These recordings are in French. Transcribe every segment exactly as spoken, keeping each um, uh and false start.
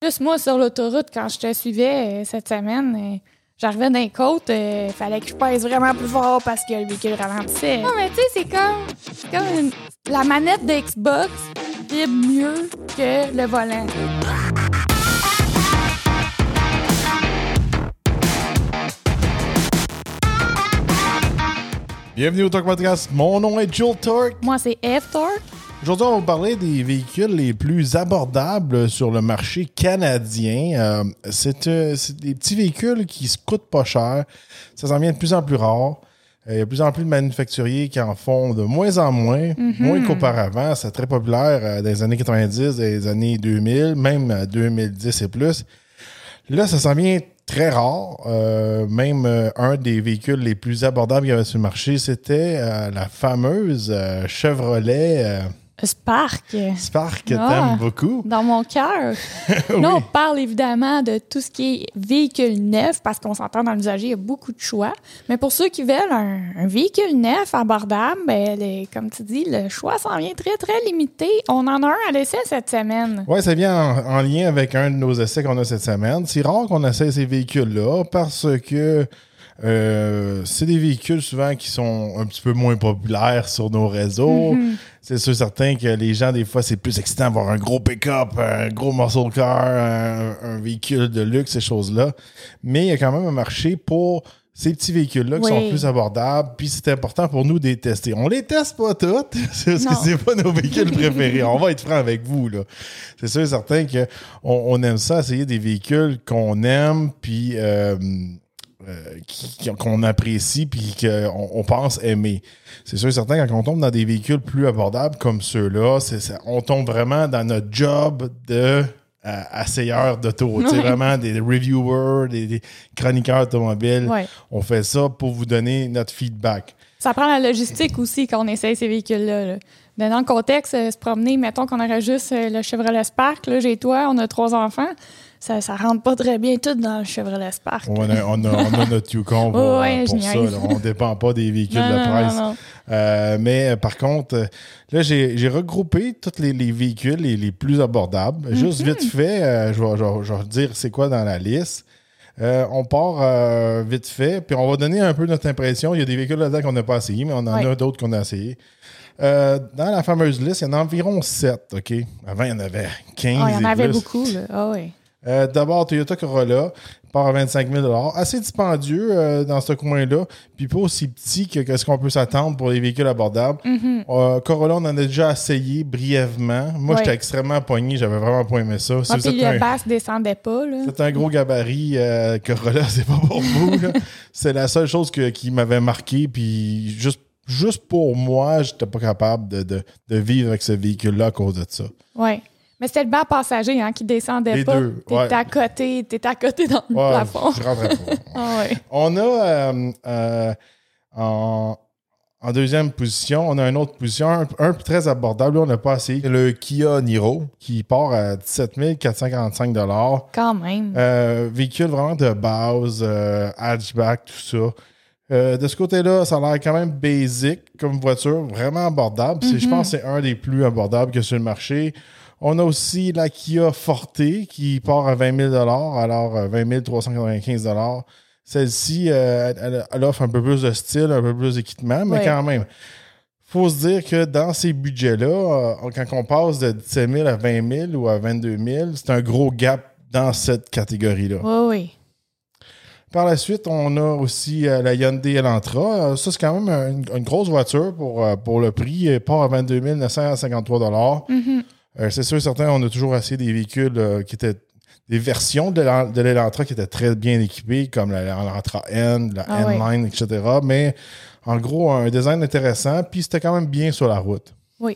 Plus moi, sur l'autoroute, quand je te suivais euh, cette semaine, euh, j'arrivais dans les côtes, il euh, fallait que je pèse vraiment plus fort parce que le véhicule ralentissait. Non, mais tu sais, c'est comme, c'est comme une- la manette de Xbox vibre mieux que le volant. Bienvenue au Talk Podcast. Mon nom est Joel Torque. Moi, c'est F-Torque. Aujourd'hui, on va vous parler des véhicules les plus abordables sur le marché canadien. Euh, c'est, euh, c'est des petits véhicules qui se coûtent pas cher. Ça s'en vient de plus en plus rare. Il euh, y a de plus en plus de manufacturiers qui en font de moins en moins, mm-hmm. moins qu'auparavant. C'est très populaire euh, dans les années quatre-vingt-dix, dans les années deux mille, même deux mille dix et plus. Là, ça s'en vient très rare. Euh, même euh, un des véhicules les plus abordables qu'il y avait sur le marché, c'était euh, la fameuse euh, Chevrolet euh, Spark. Spark que ah, t'aimes beaucoup. Dans mon cœur. oui. Là, on parle évidemment de tout ce qui est véhicule neuf, parce qu'on s'entend dans l'usager, il y a beaucoup de choix. Mais pour ceux qui veulent un, un véhicule neuf abordable, ben, les, comme tu dis, le choix s'en vient très, très limité. On en a un à l'essai cette semaine. Oui, ça vient en, en lien avec un de nos essais qu'on a cette semaine. C'est rare qu'on essaie ces véhicules-là parce que Euh, c'est des véhicules souvent qui sont un petit peu moins populaires sur nos réseaux. Mm-hmm. C'est sûr certain que les gens, des fois, c'est plus excitant d'avoir un gros pick-up, un gros muscle car, un, un véhicule de luxe, ces choses-là. Mais il y a quand même un marché pour ces petits véhicules-là qui oui. sont plus abordables. Puis c'est important pour nous de les tester. On les teste pas toutes, parce que c'est pas nos véhicules préférés. On va être franc avec vous, là. C'est sûr certain qu'on on aime ça, essayer des véhicules qu'on aime, puis... Euh, Euh, qui, qu'on apprécie puis qu'on on pense aimer. C'est sûr et certain, quand on tombe dans des véhicules plus abordables comme ceux-là, c'est, c'est, on tombe vraiment dans notre job de euh, asseyeur d'auto. Ouais. Tu sais, vraiment des reviewers, des, des chroniqueurs automobiles. Ouais. On fait ça pour vous donner notre feedback. Ça prend la logistique aussi quand on essaye ces véhicules-là. Là. Dans le contexte, se promener, mettons qu'on aurait juste le Chevrolet Spark, là, j'ai toi, on a trois enfants. Ça, ça rentre pas très bien tout dans le Chevrolet Spark. On a, on a, on a notre Yukon pour, oh, ouais, pour ça. Là. On ne dépend pas des véhicules non, de presse. Non, non. Euh, mais par contre, là, j'ai, j'ai regroupé tous les, les véhicules les, les plus abordables. Mm-hmm. Juste vite fait, euh, je, vais, je, vais, je vais dire c'est quoi dans la liste. Euh, on part euh, vite fait, puis on va donner un peu notre impression. Il y a des véhicules là-dedans qu'on n'a pas essayé, mais on en ouais. a d'autres qu'on a essayé. Euh, dans la fameuse liste, il y en a environ sept, OK? Avant, il y en avait quinze. Oh, il y en avait plus. beaucoup, là. Ah oh, oui. Euh, d'abord, Toyota Corolla part à vingt-cinq mille dollars. Assez dispendieux euh, dans ce coin-là, puis pas aussi petit que, que ce qu'on peut s'attendre pour les véhicules abordables. Mm-hmm. Euh, Corolla, on en a déjà essayé brièvement. Moi, oui. j'étais extrêmement pogné, j'avais vraiment pas aimé ça. Ah, puis le un... basse descendait pas. Là. C'est un gros gabarit. Euh, Corolla, c'est pas pour vous. Là. C'est la seule chose que, qui m'avait marqué, puis juste, juste pour moi, j'étais pas capable de, de, de vivre avec ce véhicule-là à cause de ça. Oui. Mais c'était le banc passager hein, qui descendait les pas. Deux, t'étais ouais. à côté, t'étais à côté dans le ouais, plafond. Je rentrais pas. ah, ouais. On a euh, euh, en, en deuxième position, on a une autre position, un, un très abordable, là, on n'a pas essayé, le Kia Niro, qui part à dix-sept mille quatre cent quarante-cinq dollars. Quand même. Euh, véhicule vraiment de base, euh, hatchback, tout ça. Euh, de ce côté-là, ça a l'air quand même basic comme voiture, vraiment abordable. Mm-hmm. C'est, je pense que c'est un des plus abordables que sur le marché. On a aussi la Kia Forte qui part à vingt mille dollars, alors vingt mille trois cent quatre-vingt-quinze dollars. Celle-ci, euh, elle, elle offre un peu plus de style, un peu plus d'équipement, mais oui. quand même, il faut se dire que dans ces budgets-là, euh, quand on passe de dix-sept mille à vingt mille ou à vingt-deux mille, c'est un gros gap dans cette catégorie-là. Oui, oui. Par la suite, on a aussi euh, la Hyundai Elantra. Ça, c'est quand même une, une grosse voiture pour, euh, pour le prix. Elle part à vingt-deux mille neuf cent cinquante-trois dollars. Mm-hmm. Euh, c'est sûr et certain, on a toujours essayé des véhicules euh, qui étaient des versions de, la, de l'Elantra qui étaient très bien équipées, comme la Elantra N, la ah N-Line, oui. et cetera. Mais en gros, un design intéressant, puis c'était quand même bien sur la route. Oui.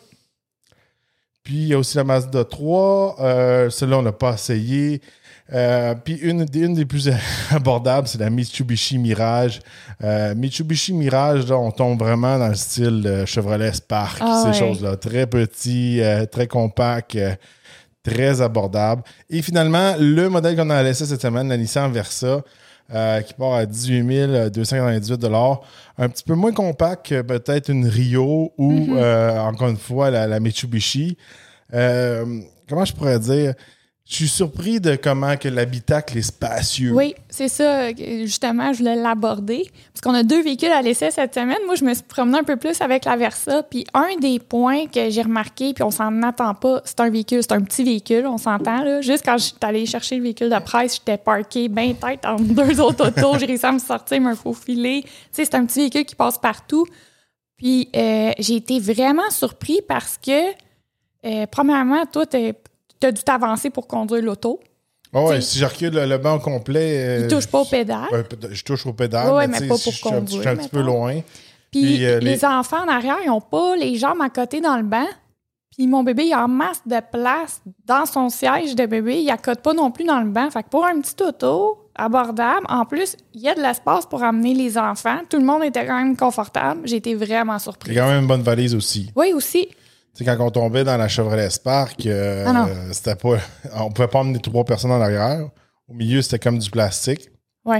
Puis il y a aussi la Mazda trois. Euh, celle-là, on n'a pas essayé. Euh, puis une, une des plus abordables, c'est la Mitsubishi Mirage. Euh, Mitsubishi Mirage, là, on tombe vraiment dans le style euh, Chevrolet Spark, ah, ces ouais. choses-là. Très petit, euh, très compact, euh, très abordable. Et finalement, le modèle qu'on a laissé cette semaine, la Nissan Versa, euh, qui part à dix-huit mille deux cent quatre-vingt-dix-huit dollars. Un petit peu moins compact que peut-être une Rio ou, mm-hmm. euh, encore une fois, la, la Mitsubishi. Euh, comment je pourrais dire? Je suis surpris de comment que l'habitacle est spacieux. Oui, c'est ça. Justement, je voulais l'aborder. Parce qu'on a deux véhicules à l'essai cette semaine. Moi, je me suis promenée un peu plus avec la Versa. Puis un des points que j'ai remarqué, puis on s'en attend pas, c'est un véhicule, c'est un petit véhicule, on s'entend. Là. Juste quand je suis allée chercher le véhicule de presse, j'étais parkée bien tête entre deux autres autos. J'ai réussi à me sortir, me faufiler. Tu sais, c'est un petit véhicule qui passe partout. Puis euh, j'ai été vraiment surpris parce que, euh, premièrement, toi, t'es... tu as dû t'avancer pour conduire l'auto. Oh ouais, si je recule le, le banc complet... Euh, il touche pas au pédale. Euh, je touche au pédale, ouais, mais, mais pas si pour je, conduire. Je suis un petit peu loin. Puis, Puis euh, les... les enfants en arrière, ils n'ont pas les jambes à côté dans le banc. Puis mon bébé, il a en masse de place dans son siège de bébé. Il accote pas non plus dans le banc. Fait que pour un petit auto abordable, en plus, il y a de l'espace pour amener les enfants. Tout le monde était quand même confortable. J'ai été vraiment surprise. Il y a quand même une bonne valise aussi. Oui, aussi. Tu sais, quand on tombait dans la Chevrolet Spark, euh, ah euh, c'était pas. On pouvait pas emmener trois personnes en arrière. Au milieu, c'était comme du plastique. Ouais.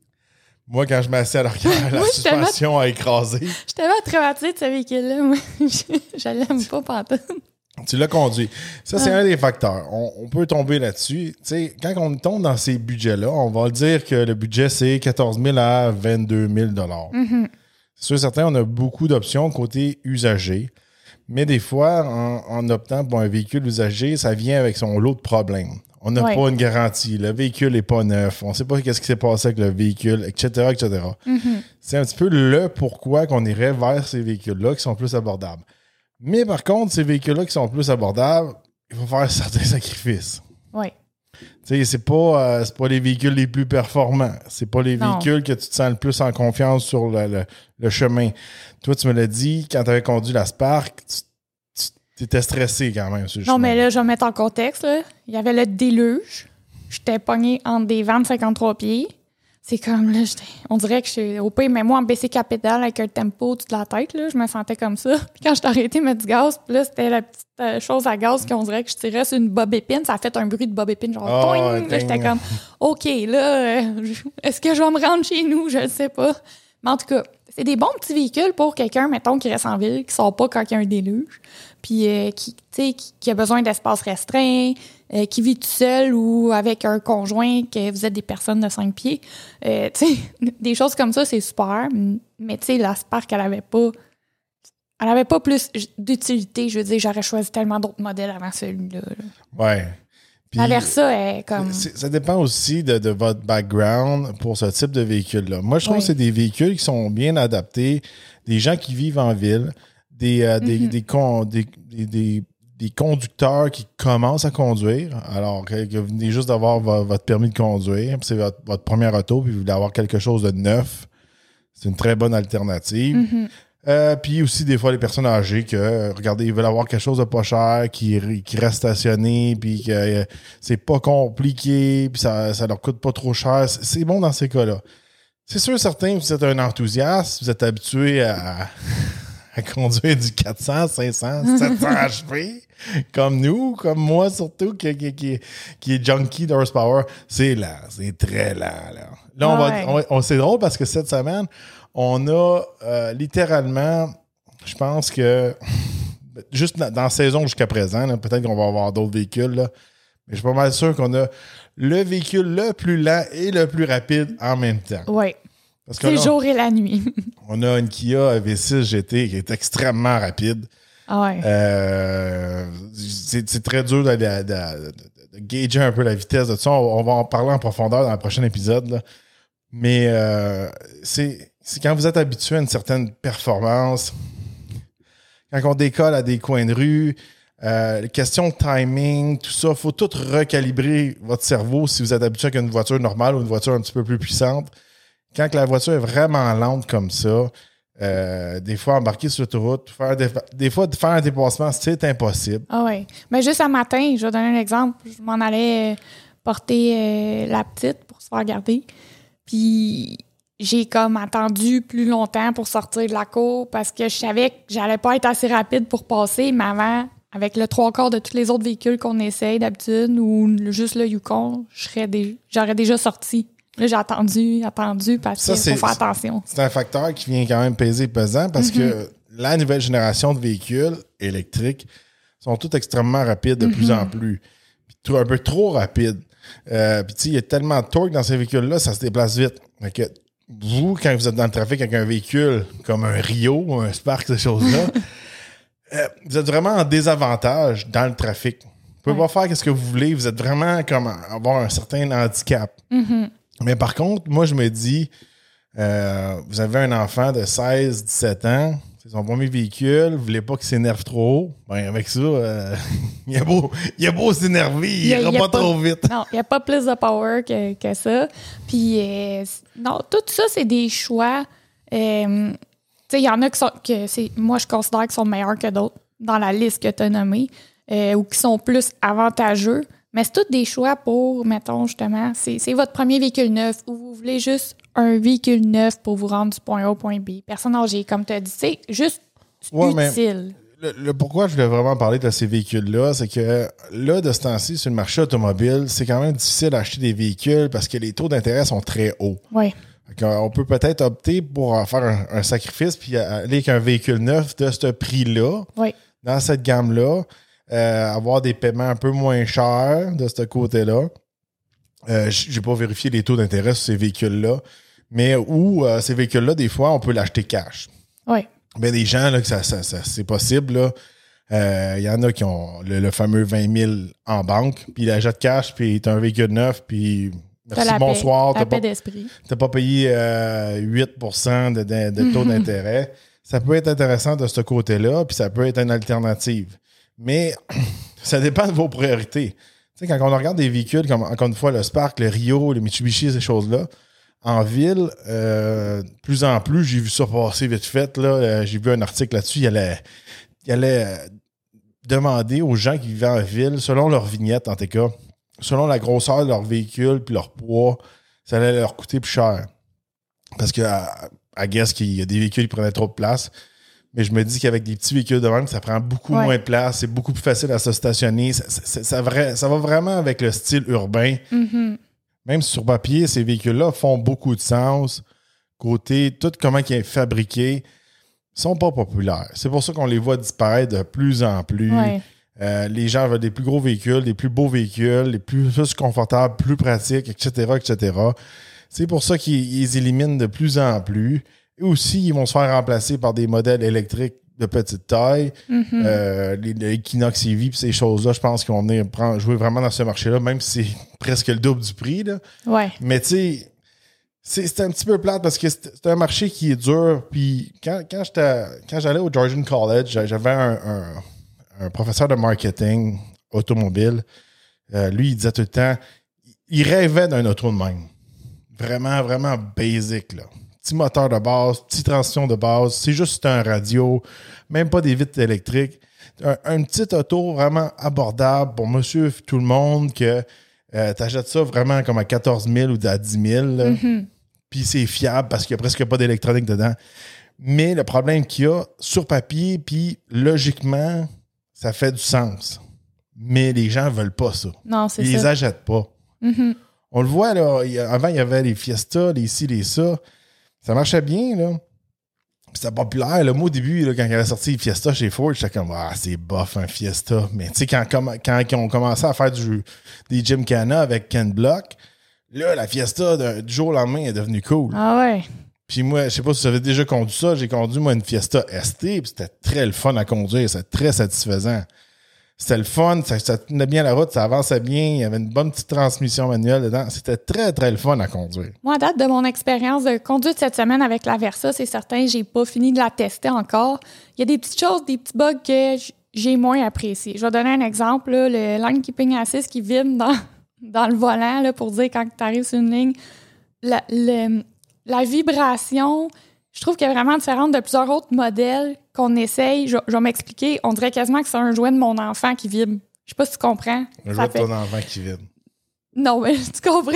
Moi, quand je m'assieds à l'arrière, la suspension a écrasé. Je t'avais traumatisée de ce véhicule-là. Moi, je l'aime pas pantoute. Tu l'as conduit. Ça, c'est ouais. un des facteurs. On, on peut tomber là-dessus. Tu sais, quand on tombe dans ces budgets-là, on va dire que le budget, c'est quatorze mille à vingt-deux mille dollars. Mm-hmm. C'est sûr, certain, on a beaucoup d'options côté usager. Mais des fois, en, en optant pour un véhicule usagé, ça vient avec son lot de problèmes. On n'a ouais. pas une garantie. Le véhicule n'est pas neuf. On ne sait pas ce qui s'est passé avec le véhicule, et cetera, et cetera. Mm-hmm. C'est un petit peu le pourquoi qu'on irait vers ces véhicules-là qui sont plus abordables. Mais par contre, ces véhicules-là qui sont plus abordables, il faut faire certains sacrifices. Oui. Tu sais, c'est pas, euh, c'est pas les véhicules les plus performants. C'est pas les non. véhicules que tu te sens le plus en confiance sur le, le, le chemin. Toi, tu me l'as dit, quand tu avais conduit la Spark, tu, tu étais stressé quand même sur le non, chemin. Mais là, je vais mettre en contexte. Là. Il y avait le déluge. J'étais pognée entre des vents de cinquante-trois pieds. C'est comme, là, j'étais, on dirait que je suis au pire, mais moi, en baissé qu'à pédale avec un tempo toute la tête, là, je me sentais comme ça. Puis quand je t'ai arrêté de mettre du gaz, puis là, c'était la petite euh, chose à gaz qu'on dirait que je tirais sur une bob-épine. Ça a fait un bruit de bob-épine, genre, oh, toing! Là, j'étais comme, OK, là, euh, est-ce que je vais me rendre chez nous? Je ne sais pas. Mais en tout cas, c'est des bons petits véhicules pour quelqu'un, mettons, qui reste en ville, qui sort pas quand il y a un déluge, puis euh, qui, tu sais, qui, qui a besoin d'espace restreint, euh, qui vit tout seul ou avec un conjoint, que vous êtes des personnes de cinq pieds. Euh, tu sais, des choses comme ça, c'est super. Mais tu sais, la Spark, elle avait pas... Elle avait pas plus d'utilité. Je veux dire, j'aurais choisi tellement d'autres modèles avant celui-là. Là. Ouais. Puis, la Versa est comme... C'est, ça dépend aussi de, de votre background pour ce type de véhicule-là. Moi, je trouve ouais. que c'est des véhicules qui sont bien adaptés, des gens qui vivent en ville, des, euh, des, mm-hmm. des, con, des, des, des, des conducteurs qui commencent à conduire. Alors, que, que vous venez juste d'avoir vo- votre permis de conduire, puis c'est votre, votre première auto, puis vous voulez avoir quelque chose de neuf. C'est une très bonne alternative. Mm-hmm. Euh, puis aussi, des fois, les personnes âgées que, regardez, ils veulent avoir quelque chose de pas cher, qui, qui reste stationné, puis que euh, c'est pas compliqué, puis ça, ça leur coûte pas trop cher. C'est, c'est bon dans ces cas-là. C'est sûr, certains, vous êtes un enthousiaste, vous êtes habitué à, à conduire du quatre cents, cinq cents, sept cents H P, comme nous, comme moi surtout, qui, qui, qui, qui est junkie d'horsepower. C'est lent, c'est très lent. Là, là on, ouais. va, on, on, c'est drôle parce que cette semaine, on a euh, littéralement, je pense que, juste dans, dans la saison jusqu'à présent, là, peut-être qu'on va avoir d'autres véhicules, là, mais je suis pas mal sûr qu'on a le véhicule le plus lent et le plus rapide en même temps. Oui. C'est le jour et la nuit. On a une Kia V six G T qui est extrêmement rapide. Ah ouais. Euh, c'est, c'est très dur de, de, de, de, de gager un peu la vitesse de ça. On, on va en parler en profondeur dans le prochain épisode, là. Mais euh, c'est, c'est quand vous êtes habitué à une certaine performance, quand on décolle à des coins de rue, euh, question de timing, tout ça, il faut tout recalibrer votre cerveau si vous êtes habitué avec une voiture normale ou une voiture un petit peu plus puissante. Quand la voiture est vraiment lente comme ça, euh, des fois, embarquer sur l'autoroute, faire des, des fois, faire un dépassement, c'est impossible. Ah oui. Mais juste un matin, je vais donner un exemple. Je m'en allais porter euh, la petite pour se faire garder. Puis j'ai comme attendu plus longtemps pour sortir de la cour parce que je savais que j'allais pas être assez rapide pour passer, mais avant, avec le trois quarts de tous les autres véhicules qu'on essaye d'habitude ou juste le Yukon, je serais des, j'aurais déjà sorti. Là, j'ai attendu, attendu parce qu'il faut faire attention. C'est un facteur qui vient quand même peser pesant parce mm-hmm. que la nouvelle génération de véhicules électriques sont tous extrêmement rapides de mm-hmm. plus en plus. Puis un peu trop rapide. Euh, Puis, tu sais, il y a tellement de torque dans ces véhicules-là, ça se déplace vite. Fait que vous, quand vous êtes dans le trafic avec un véhicule comme un Rio ou un Spark, ces choses-là, euh, vous êtes vraiment en désavantage dans le trafic. Vous pouvez ouais. pas faire ce que vous voulez. Vous êtes vraiment comme avoir un certain handicap. Mm-hmm. Mais par contre, moi, je me dis, euh, vous avez un enfant de seize dix-sept ans, c'est son premier véhicule, vous voulez pas qu'il s'énerve trop haut. Ben, avec ça, euh, il a beau, il a beau s'énerver, il ira pas, pas trop vite. Non, il n'y a pas plus de power que, que ça. Puis, euh, non, tout ça, c'est des choix. Euh, tu sais, il y en a qui sont, que c'est, moi, je considère qu'ils sont meilleurs que d'autres dans la liste que tu as nommée. Euh, ou qui sont plus avantageux. Mais c'est tous des choix pour, mettons, justement, c'est, c'est votre premier véhicule neuf ou vous voulez juste un véhicule neuf pour vous rendre du point A au point B. Personne âgée, comme tu as dit, c'est juste ouais, utile. Le, le pourquoi je voulais vraiment parler de ces véhicules-là, c'est que là, de ce temps-ci, sur le marché automobile, c'est quand même difficile d'acheter des véhicules parce que les taux d'intérêt sont très hauts. Oui. On peut peut-être opter pour faire un, un sacrifice puis aller avec un véhicule neuf de ce prix-là, oui. dans cette gamme-là. Euh, avoir des paiements un peu moins chers de ce côté-là. Euh, j'ai pas vérifié les taux d'intérêt sur ces véhicules-là, mais où euh, ces véhicules-là, des fois, on peut l'acheter cash. Oui. Ben, des gens, là, que ça, ça, ça, c'est possible, là. Il euh, y en a qui ont le, le fameux vingt mille en banque, puis ils l'achètent cash, puis t'as un véhicule neuf, puis merci, t'as bonsoir. Paix, t'as, pas, d'esprit. T'as pas payé euh, huit pour cent de, de, de taux mm-hmm. d'intérêt. Ça peut être intéressant de ce côté-là, puis ça peut être une alternative. Mais ça dépend de vos priorités. Tu sais, quand on regarde des véhicules comme, encore une fois, le Spark, le Rio, le Mitsubishi, ces choses-là, en ville, euh, de plus en plus, j'ai vu ça passer vite fait. Là, euh, j'ai vu un article là-dessus. Il allait, il allait euh, demander aux gens qui vivaient en ville, selon leur vignette, en tout cas, selon la grosseur de leur véhicule puis leur poids, ça allait leur coûter plus cher. Parce que, à, à guess qu'il y a des véhicules qui prenaient trop de place. Mais je me dis qu'avec des petits véhicules de même, ça prend beaucoup ouais. moins de place, c'est beaucoup plus facile à se stationner. Ça, ça, ça, ça, ça va vraiment avec le style urbain. Mm-hmm. Même si sur papier, ces véhicules-là font beaucoup de sens. Côté, tout comment ils sont fabriqués, ils sont pas populaires. C'est pour ça qu'on les voit disparaître de plus en plus. Ouais. Euh, les gens veulent des plus gros véhicules, des plus beaux véhicules, les plus, plus confortables, plus pratiques, et cetera, et cetera. C'est pour ça qu'ils les éliminent de plus en plus. Et aussi, ils vont se faire remplacer par des modèles électriques de petite taille. Mm-hmm. Euh, les, les Equinox E V et ces choses-là, je pense qu'ils vont venir prendre, jouer vraiment dans ce marché-là, même si c'est presque le double du prix. Là. Ouais. Mais tu sais, c'est, c'est un petit peu plate parce que c'est, c'est un marché qui est dur. Puis quand, quand, j'étais, quand j'allais au Georgian College, j'avais un, un, un professeur de marketing automobile. Euh, lui, il disait tout le temps, il rêvait d'un auto de même. Vraiment, vraiment basic, là. Petit moteur de base, petite transition de base, c'est juste un radio, même pas des vitres électriques. Un, un petit auto vraiment abordable pour monsieur tout le monde que euh, tu achètes ça vraiment comme à quatorze mille ou à dix mille. Mm-hmm. Puis c'est fiable parce qu'il n'y a presque pas d'électronique dedans. Mais le problème qu'il y a sur papier, puis logiquement, ça fait du sens. Mais les gens ne veulent pas ça. Non, c'est Ils ça. les achètent pas. Mm-hmm. On le voit, là. Il y a, avant, il y avait les Fiesta, les ci, les ça. Ça marchait bien, là. Puis c'était populaire. Là. Moi, au début, là, quand il avait sorti Fiesta chez Ford, j'étais comme, ah, c'est bof, un Fiesta. Mais tu sais, quand, quand, quand ils ont commencé à faire du, des Gymkhana avec Ken Block, là, la Fiesta, de, du jour au lendemain, est devenue cool. Ah ouais. Puis moi, je sais pas si vous avez déjà conduit ça, j'ai conduit, moi, une Fiesta S T, puis c'était très le fun à conduire, c'était très satisfaisant. C'était le fun, ça, ça tenait bien la route, ça avançait bien, il y avait une bonne petite transmission manuelle dedans. C'était très, très le fun à conduire. Moi, à date de mon expérience de conduite cette semaine avec la Versa, c'est certain, j'ai pas fini de la tester encore. Il y a des petites choses, des petits bugs que j'ai moins appréciés. Je vais donner un exemple, là, le line keeping assist qui vibre dans, dans le volant là, pour dire quand tu arrives sur une ligne. La, le, la vibration, je trouve qu'elle est vraiment différente de plusieurs autres modèles qu'on essaye. Je, je vais m'expliquer. On dirait quasiment que c'est un jouet de mon enfant qui vibre. Je sais pas si tu comprends. Un jouet de ton enfant qui vibre. Non, mais tu comprends.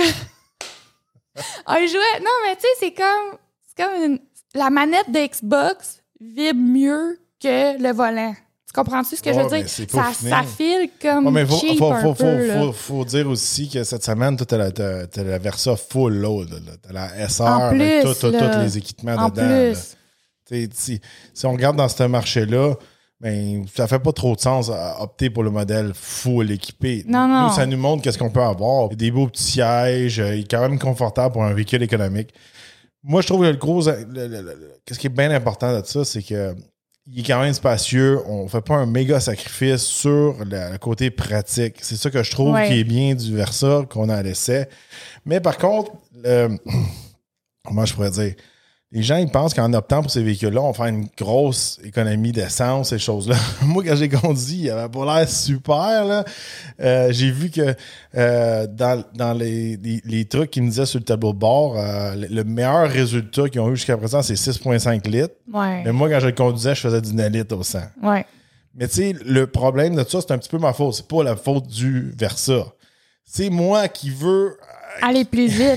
Un jouet... Non, mais tu sais, c'est comme... C'est comme une... La manette de Xbox vibre mieux que le volant. Tu comprends-tu ce que ouais, je veux dire? Ça, ça file comme ouais, mais faut, cheap faut, un faut, peu. Faut, faut, faut dire aussi que cette semaine, tu as la, t'as, t'as la Versa full load. Tu as la S R en avec tous les équipements en dedans. Plus. Si, si on regarde dans ce marché-là, ben, ça fait pas trop de sens à opter pour le modèle full équipé. Non, non. Nous, ça nous montre qu'est-ce qu'on peut avoir. Des beaux petits sièges, il est quand même confortable pour un véhicule économique. Moi, je trouve que le gros... Le, le, le, qu'est-ce qui est bien important de ça, c'est que il est quand même spacieux. On fait pas un méga sacrifice sur le, le côté pratique. C'est ça que je trouve ouais. qui est bien du Versa qu'on a à l'essai. Mais par contre, le, comment je pourrais dire... Les gens, ils pensent qu'en optant pour ces véhicules-là, on va faire une grosse économie d'essence, ces choses-là. Moi, quand j'ai conduit, il avait pas l'air super, là. Euh, j'ai vu que euh, dans, dans les, les, les trucs qu'ils me disaient sur le tableau de bord, euh, le, le meilleur résultat qu'ils ont eu jusqu'à présent, c'est six virgule cinq litres. Ouais. Mais moi, quand je le conduisais, je faisais du neuf litres au cent. Ouais. Mais tu sais, le problème de ça, c'est un petit peu ma faute. C'est pas la faute du Versa. C'est moi qui veux... Aller plus vite.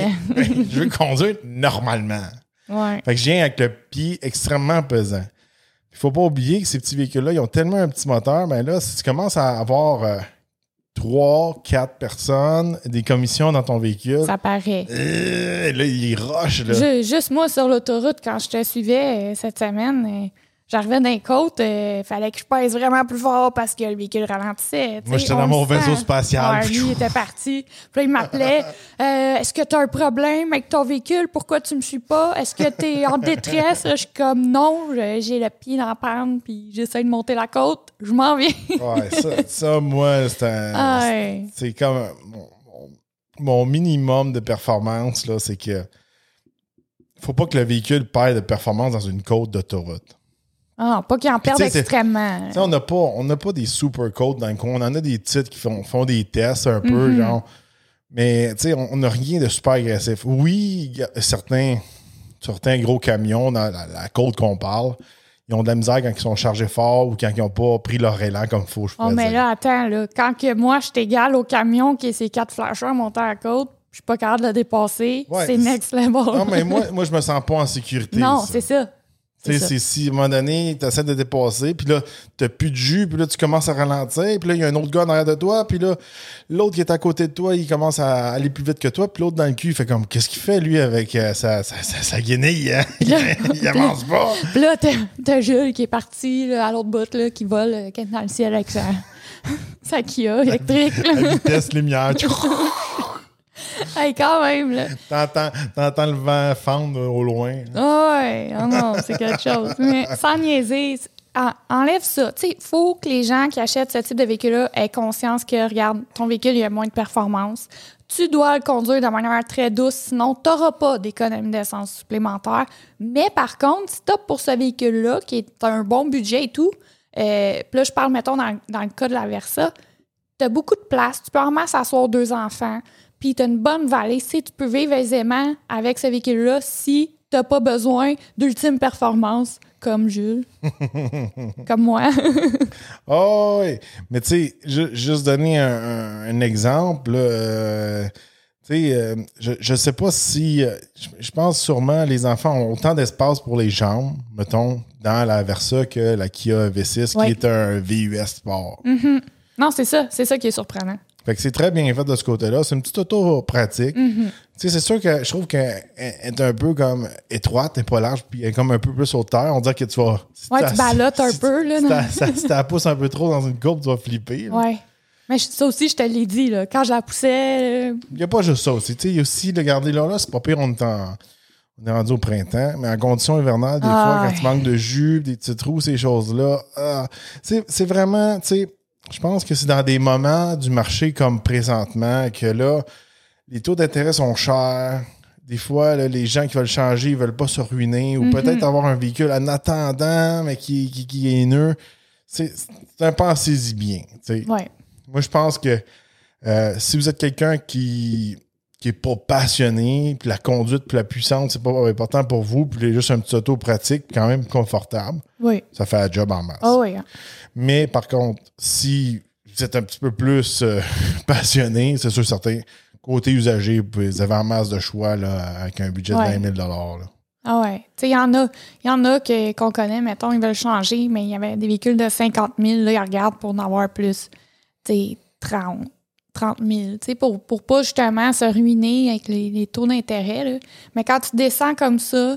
Je veux conduire normalement. Ouais. Fait que je viens avec le pied extrêmement pesant. Il faut pas oublier que ces petits véhicules-là, ils ont tellement un petit moteur, ben là, si tu commences à avoir euh, trois, quatre personnes, des commissions dans ton véhicule... Ça paraît. Euh, là, il rush, là. Je, juste moi, sur l'autoroute, quand je te suivais euh, cette semaine... Euh, J'arrivais d'un côte, il euh, fallait que je pèse vraiment plus fort parce que le véhicule ralentissait. Moi, j'étais dans mon vaisseau spatial. Ouais, lui, il était parti. Puis là, il m'appelait. Euh, Est-ce que tu as un problème avec ton véhicule? Pourquoi tu me suis pas? Est-ce que tu es en détresse? Je suis comme non, j'ai le pied dans la panne, puis j'essaie de monter la côte. Je m'en viens. Ouais, ça, ça moi, c'est un. Ouais. C'est comme un, mon, mon minimum de performance, là, c'est que faut pas que le véhicule perde de performance dans une côte d'autoroute. Ah, pas qu'ils en perdent extrêmement. On n'a pas, on n'a pas des super codes dans le coin. On en a des titres qui font, font des tests un peu, mm-hmm. genre. Mais on n'a rien de super agressif. Oui, il y a certains, certains gros camions dans la, la côte qu'on parle, ils ont de la misère quand ils sont chargés fort ou quand ils n'ont pas pris leur élan comme il faut, je pourrais oh, mais dire. Là, attends, là, quand que moi, je suis égal au camion qui est ces quatre flashers montés à la côte, je suis pas capable de le dépasser, ouais, c'est next level. Non, mais moi, moi, je me sens pas en sécurité. Non, ça. c'est ça. Tu sais, c'est si à un moment donné, tu essaies de dépasser, puis là, t'as plus de jus, puis là, tu commences à ralentir, puis là, il y a un autre gars derrière de toi, puis là, l'autre qui est à côté de toi, il commence à aller plus vite que toi, puis l'autre dans le cul, il fait comme, qu'est-ce qu'il fait, lui, avec euh, sa, sa, sa, sa guenille? Hein? Là, il avance pas. Puis là, t'as, t'as Jules qui est parti là, à l'autre bout, là, qui vole, euh, qui est dans le ciel avec sa, sa Kia électrique. La vitesse lumière. Hey, quand même, là. T'entends, t'entends le vent fendre au loin. Oh ouais, oh non, c'est quelque chose. Mais sans niaiser, en, enlève ça. Tu sais, il faut que les gens qui achètent ce type de véhicule-là aient conscience que, regarde, ton véhicule, il a moins de performance. Tu dois le conduire de manière très douce, sinon tu n'auras pas d'économie d'essence supplémentaire. Mais par contre, si tu optes pour ce véhicule-là, qui est un bon budget et tout, euh, puis là, je parle, mettons, dans, dans le cas de la Versa, tu as beaucoup de place, tu peux en masse asseoir deux enfants, puis tu as une bonne vallée, si tu peux vivre aisément avec ce véhicule-là si tu n'as pas besoin d'ultime performance, comme Jules, comme moi. Oh oui, mais tu sais, ju- juste donner un, un, un exemple, euh, tu sais, euh, je, je sais pas si, euh, je, je pense sûrement les enfants ont autant d'espace pour les jambes, mettons, dans la Versa que la Kia V six, oui. qui est un V U S Sport. Mm-hmm. Non, c'est ça, c'est ça qui est surprenant. Fait que c'est très bien fait de ce côté-là. C'est une petite auto pratique. Mm-hmm. Tu sais, c'est sûr que je trouve qu'elle est un peu comme étroite, elle n'est pas large, puis elle est comme un peu plus haute terre. On dirait que tu vas... Si ouais, tu ballottes un si, peu, là. Si, si, si, si tu la pousses un peu trop dans une courbe, tu vas flipper. Là. Ouais. Mais ça aussi, je te l'ai dit, là. Quand je la poussais... Il n'y a pas juste ça aussi. Tu sais, il y a aussi, de garder là, là, c'est pas pire, on est, en, on est rendu au printemps, mais en conditions hivernales, des ah, fois, ouais. quand tu manques de jus, des petits trous, ces choses-là, ah, c'est, c'est vraiment, tu sais... Je pense que c'est dans des moments du marché comme présentement que là, les taux d'intérêt sont chers. Des fois, là, les gens qui veulent changer, ils veulent pas se ruiner ou mm-hmm. peut-être avoir un véhicule en attendant, mais qui, qui, qui est haineux. C'est, c'est un pensez-y bien. Ouais. Moi, je pense que euh, si vous êtes quelqu'un qui qui est pas passionné, puis la conduite puis la puissance, c'est pas important pour vous, puis juste un petit auto pratique, quand même confortable, oui. ça fait un job en masse. Oh oui. Mais par contre, si vous êtes un petit peu plus euh, passionné, c'est sûr, certains côté usager, vous avez en masse de choix là, avec un budget ouais. de vingt mille dollars. Là. Ah ouais. Tu sais, il y en a, il y en a que, qu'on connaît, mettons, ils veulent changer, mais il y avait des véhicules de cinquante mille, là, ils regardent pour en avoir plus. Tu sais, trente. trente mille, tu sais, pour, pour pas justement se ruiner avec les, les taux d'intérêt. Là. Mais quand tu descends comme ça,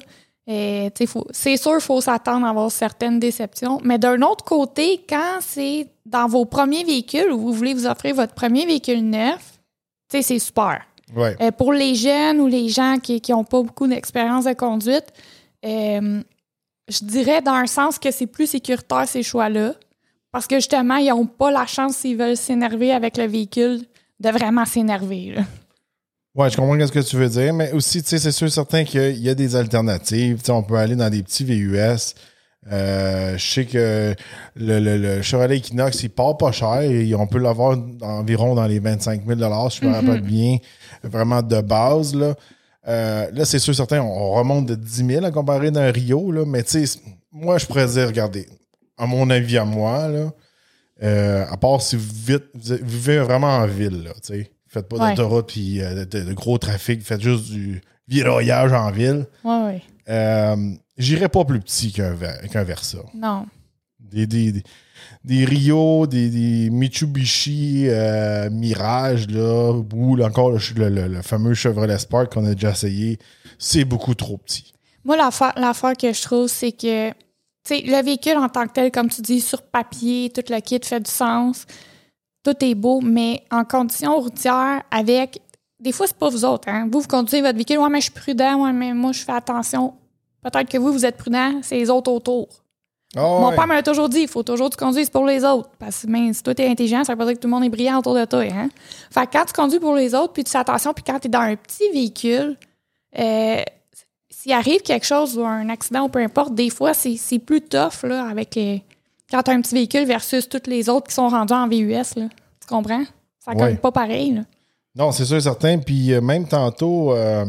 Et, faut, c'est sûr qu'il faut s'attendre à avoir certaines déceptions. Mais d'un autre côté, quand c'est dans vos premiers véhicules où vous voulez vous offrir votre premier véhicule neuf, c'est super. Ouais. Euh, pour les jeunes ou les gens qui n'ont pas beaucoup d'expérience de conduite, euh, je dirais dans un sens que c'est plus sécuritaire ces choix-là. Parce que justement, ils n'ont pas la chance, s'ils veulent s'énerver avec le véhicule, de vraiment s'énerver. Là. Ouais, je comprends ce que tu veux dire, mais aussi, tu sais, c'est sûr certain qu'il y a des alternatives. T'sais, on peut aller dans des petits V U S. Euh, je sais que le, le, le Chevrolet Equinox, il part pas cher. Et on peut l'avoir environ dans les vingt-cinq mille dollars, si je me rappelle bien, vraiment de base. Là, euh, là c'est sûr certain, on remonte de dix mille à comparer d'un Rio. Là, mais tu sais, moi, je pourrais dire, regardez, à mon avis, à moi, là, euh, à part si vous, vite, vous vivez vraiment en ville, là, tu sais. Faites pas ouais. d'autoroute puis euh, de, de gros trafic. Faites juste du viroyage en ville. Oui, oui. Euh, j'irais pas plus petit qu'un, qu'un Versa. Non. Des, des, des, des Rio, des, des Mitsubishi euh, Mirage, là, ou là, encore le, le, le fameux Chevrolet Spark qu'on a déjà essayé, c'est beaucoup trop petit. Moi, l'affaire, l'affaire que je trouve, c'est que t'sais, le véhicule en tant que tel, comme tu dis, sur papier, tout le kit fait du sens. Tout est beau, mais en conditions routières, avec... Des fois, c'est pas vous autres. Hein? Vous, vous conduisez votre véhicule. Ouais, mais je suis prudent. Ouais, mais moi, je fais attention. Peut-être que vous, vous êtes prudent. C'est les autres autour. Oh, Mon ouais. père me l'a toujours dit. Il faut toujours que tu conduises pour les autres. Parce que ben, si toi, t'es intelligent, ça veut pas dire que tout le monde est brillant autour de toi. Hein? Fait que quand tu conduis pour les autres, puis tu fais attention, puis quand t'es dans un petit véhicule, euh, s'il arrive quelque chose ou un accident ou peu importe, des fois, c'est, c'est plus tough là, avec les... quand tu as un petit véhicule versus tous les autres qui sont rendus en V U S. Là. Tu comprends? Ça ne ouais. pas pareil. Là. Non, c'est sûr et certain. Puis euh, même tantôt, euh,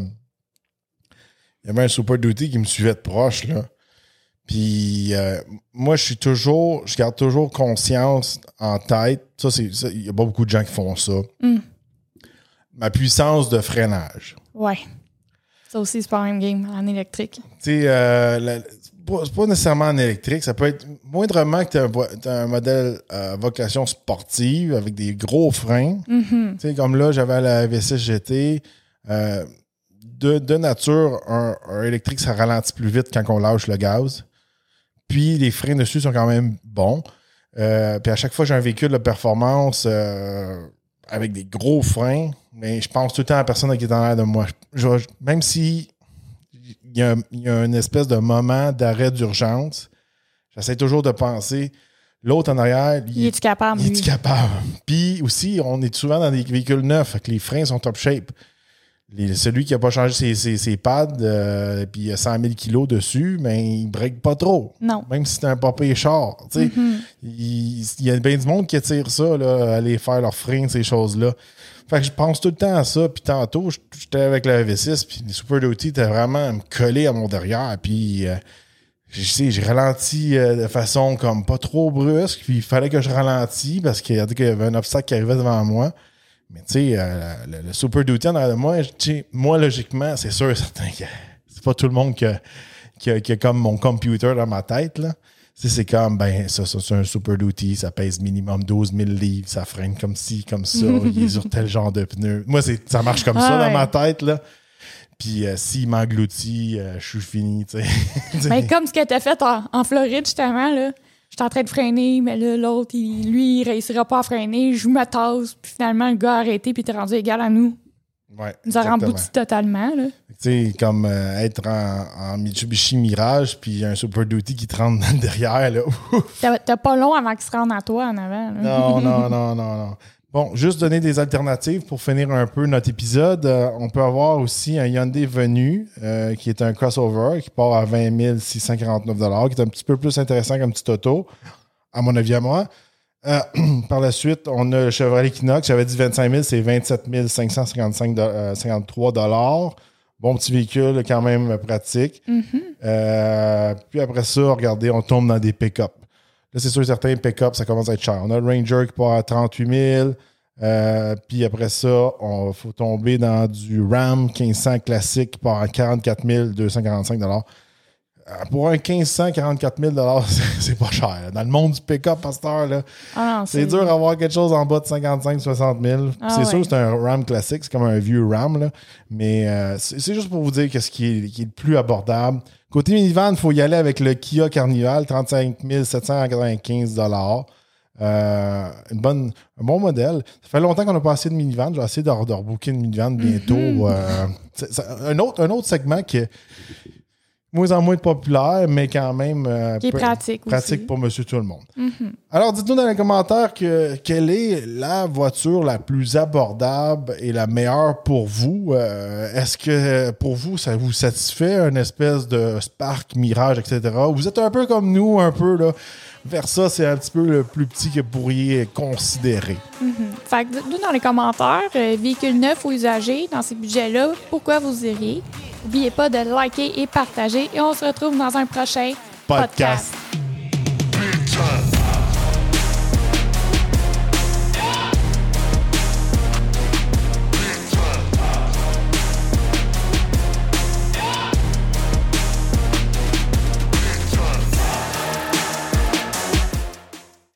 il y avait un Super Duty qui me suivait de proche. Là. Puis euh, moi, je suis toujours, je garde toujours conscience en tête. Ça, c'est, il n'y a pas beaucoup de gens qui font ça. Mm. Ma puissance de freinage. Ouais. Ça aussi, c'est pas un game en électrique. Tu sais, euh, la, c'est pas nécessairement en électrique. Ça peut être moindrement que tu as un, un modèle à vocation sportive avec des gros freins. Mm-hmm. Tu sais, comme là, j'avais la V six G T. Euh, de, de nature, un, un électrique, ça ralentit plus vite quand on lâche le gaz. Puis, les freins dessus sont quand même bons. Euh, puis, à chaque fois, j'ai un véhicule de performance euh, avec des gros freins. Mais je pense tout le temps à la personne qui est en l'air de moi. Je, je, même si il y, a, il y a une espèce de moment d'arrêt d'urgence, j'essaie toujours de penser, l'autre en arrière, il, il est capable. Il est capable. Puis aussi, on est souvent dans des véhicules neufs, fait que les freins sont top shape. Les, celui qui n'a pas changé ses, ses, ses pads, euh, puis il a cent mille kilos dessus, mais il ne break pas trop. Non. Même si c'est un papier char. Mm-hmm. Il, il y a bien du monde qui attire ça, là, aller faire leurs freins, ces choses-là. Fait que je pense tout le temps à ça. Puis tantôt, j'étais avec la V six, puis les Super Duty étaient vraiment me coller à mon derrière. Puis, euh, je sais, j'ai ralenti euh, de façon comme pas trop brusque. Puis il fallait que je ralentis parce qu'il y avait un obstacle qui arrivait devant moi. Mais tu sais, euh, le, le Super Duty en arrière de moi, moi, logiquement, c'est sûr et certain que c'est pas tout le monde qui a, qui a, qui a comme mon computer dans ma tête, là. Tu sais, c'est comme, ben, ça, ça, c'est un Super Duty, ça pèse minimum douze mille livres, ça freine comme ci, comme ça, il est sur tel genre de pneu. Moi, c'est, ça marche comme ah, ça ouais. dans ma tête, là. Puis euh, s'il m'engloutit, euh, je suis fini, tu sais. Ben, comme ce que t'as fait en, en Floride, justement, là. J'étais en train de freiner, mais là, l'autre, il, lui, il réussira pas à freiner. Je me tasse, puis finalement, le gars a arrêté, puis il était rendu égal à nous. Ouais, il nous a rembouti totalement, là. Tu sais, comme euh, être en, en Mitsubishi Mirage, puis un Super Duty qui te rentre derrière, là. T'as, t'as pas long avant qu'il se rende à toi en avant, là. Non, non, non, non, non. Bon, juste donner des alternatives pour finir un peu notre épisode. Euh, on peut avoir aussi un Hyundai Venue, euh, qui est un crossover, qui part à vingt mille six cent quarante-neuf dollars, qui est un petit peu plus intéressant comme petit auto, à mon avis à moi. Euh, par la suite, on a le Chevrolet Equinox. J'avais dit vingt-cinq mille, c'est vingt-sept mille cinq cent cinquante-trois dollars. Bon petit véhicule, quand même pratique. Mm-hmm. Euh, puis après ça, regardez, on tombe dans des pick-up. Là, c'est sûr, certains pick-up, ça commence à être cher. On a le Ranger qui part à trente-huit mille. Euh, puis après ça, il faut tomber dans du Ram quinze cents classique qui part à quarante-quatre mille deux cent quarante-cinq dollars. pour un quinze cent quarante-quatre mille c'est pas cher. Dans le monde du pick-up à cette heure-là, ah c'est, c'est dur d'avoir quelque chose en bas de cinquante-cinq à soixante mille. Ah c'est ouais. sûr que c'est un Ram classique, c'est comme un vieux Ram, là. Mais euh, c'est, c'est juste pour vous dire qu'est-ce qui est, qui est le plus abordable. Côté minivan, il faut y aller avec le Kia Carnival, trente-cinq mille sept cent quatre-vingt-quinze. Euh, une bonne, un bon modèle. Ça fait longtemps qu'on n'a pas assez de minivan. Je vais essayer de, de rebooker une minivan bientôt. Mm-hmm. Euh, c'est, c'est un, autre, un autre segment qui est moins en moins populaire, mais quand même euh, qui est pratique, pratique aussi. pour monsieur tout le monde. Mm-hmm. Alors, dites-nous dans les commentaires que, quelle est la voiture la plus abordable et la meilleure pour vous. Euh, est-ce que pour vous, ça vous satisfait, une espèce de Spark, Mirage, et cetera. Vous êtes un peu comme nous, un peu là. Versa, c'est un petit peu le plus petit que vous pourriez considérer. Mm-hmm. Fait que dites-nous dans les commentaires, euh, véhicule neuf ou usagé, dans ces budgets-là, pourquoi vous iriez. N'oubliez pas de liker et partager et on se retrouve dans un prochain podcast. podcast.